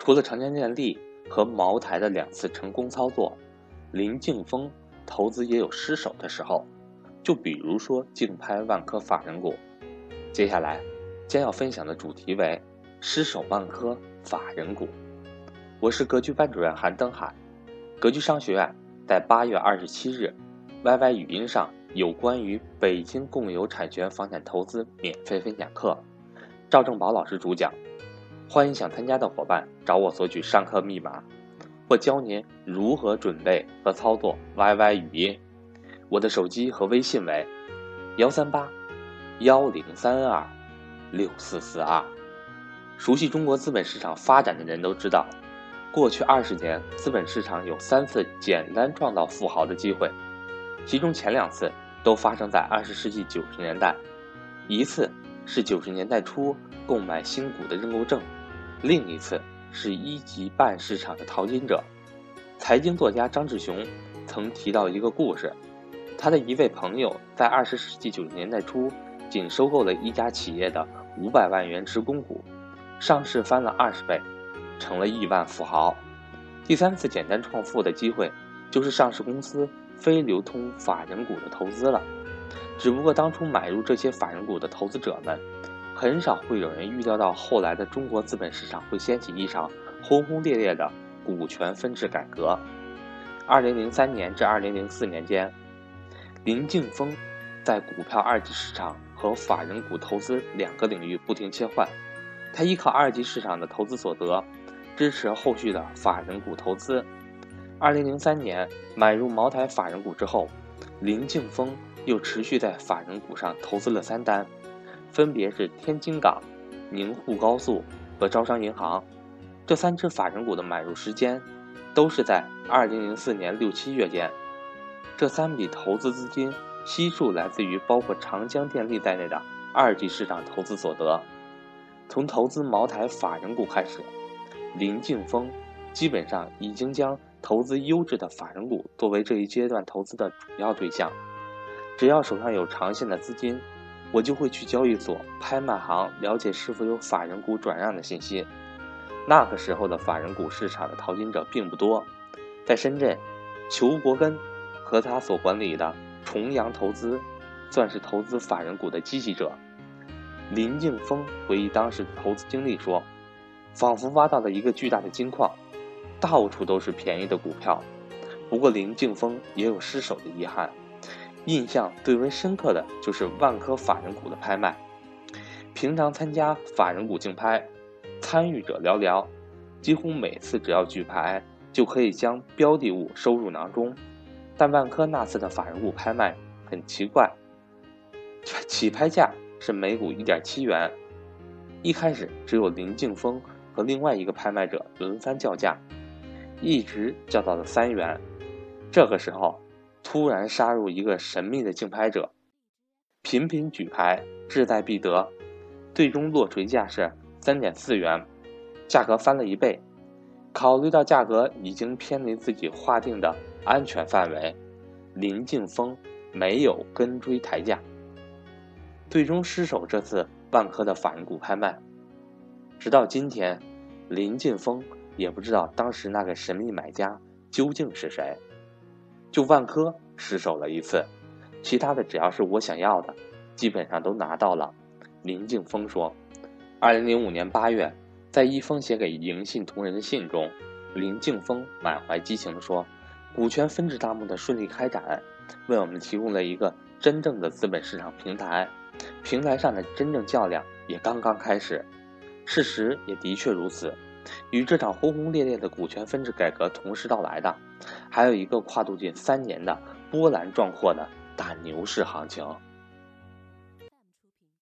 除了长江电力和茅台的2次成功操作，林敬峰投资也有失手的时候，就比如说竞拍万科法人股。接下来将要分享的主题为失手万科法人股。我是格局班主任韩登海。格局商学院在8月27日 YY 语音上有关于北京共有产权房产投资免费分享课，赵正宝老师主讲，欢迎想参加的伙伴找我索取上课密码，或教您如何准备和操作 YY 语音。我的手机和微信为13810326442。熟悉中国资本市场发展的人都知道，过去20年资本市场有3次简单创造富豪的机会，其中前2次都发生在20世纪90年代，一次是90年代初购买新股的认购证，另一次是1级半市场的淘金者。财经作家张志雄曾提到一个故事，他的一位朋友在20世纪90年代初仅收购了一家企业的500万元职工股，上市翻了20倍，成了亿万富豪。第3次简单创富的机会就是上市公司非流通法人股的投资了。只不过当初买入这些法人股的投资者们，很少会有人预料到后来的中国资本市场会掀起一场轰轰烈烈的股权分置改革。2003年至2004年间，林敬峰在股票2级市场和法人股投资2个领域不停切换。他依靠2级市场的投资所得，支持后续的法人股投资。2003年买入茅台法人股之后，林敬峰又持续在法人股上投资了3单，分别是天津港、宁沪高速和招商银行。这3只法人股的买入时间都是在2004年6、7月间。这3笔投资资金悉数来自于包括长江电力在内的2级市场投资所得。从投资茅台法人股开始，林敬峰基本上已经将投资优质的法人股作为这一阶段投资的主要对象。只要手上有长线的资金，我就会去交易所、拍卖行了解是否有法人股转让的信息。那个时候的法人股市场的淘金者并不多，在深圳，裘国根和他所管理的重阳投资算是投资法人股的积极者。林敬峰回忆当时的投资经历说，仿佛挖到了一个巨大的金矿，到处都是便宜的股票。不过林敬峰也有失手的遗憾，印象最为深刻的就是万科法人股的拍卖。平常参加法人股竞拍，参与者寥寥，几乎每次只要举牌就可以将标的物收入囊中。但万科那次的法人股拍卖很奇怪，起拍价是每股1.7元，一开始只有林敬峰和另外一个拍卖者轮番叫价，一直叫到了3元。这个时候突然杀入一个神秘的竞拍者，频频举牌，志在必得，最终落锤价是3.4元，价格翻了1倍。考虑到价格已经偏离自己划定的安全范围，林敬峰没有跟追抬价，最终失守这次万科的法人股拍卖。直到今天，林敬峰也不知道当时那个神秘买家究竟是谁。就万科失手了1次，其他的只要是我想要的，基本上都拿到了。林敬峰说，2005年8月，在一封写给迎信同仁的信中，林敬峰满怀激情地说，股权分置大幕的顺利开展，为我们提供了一个真正的资本市场平台，平台上的真正较量也刚刚开始。事实也的确如此，与这场轰轰烈烈的股权分置改革同时到来的，还有一个跨度近3年的波澜壮阔的大牛市行情。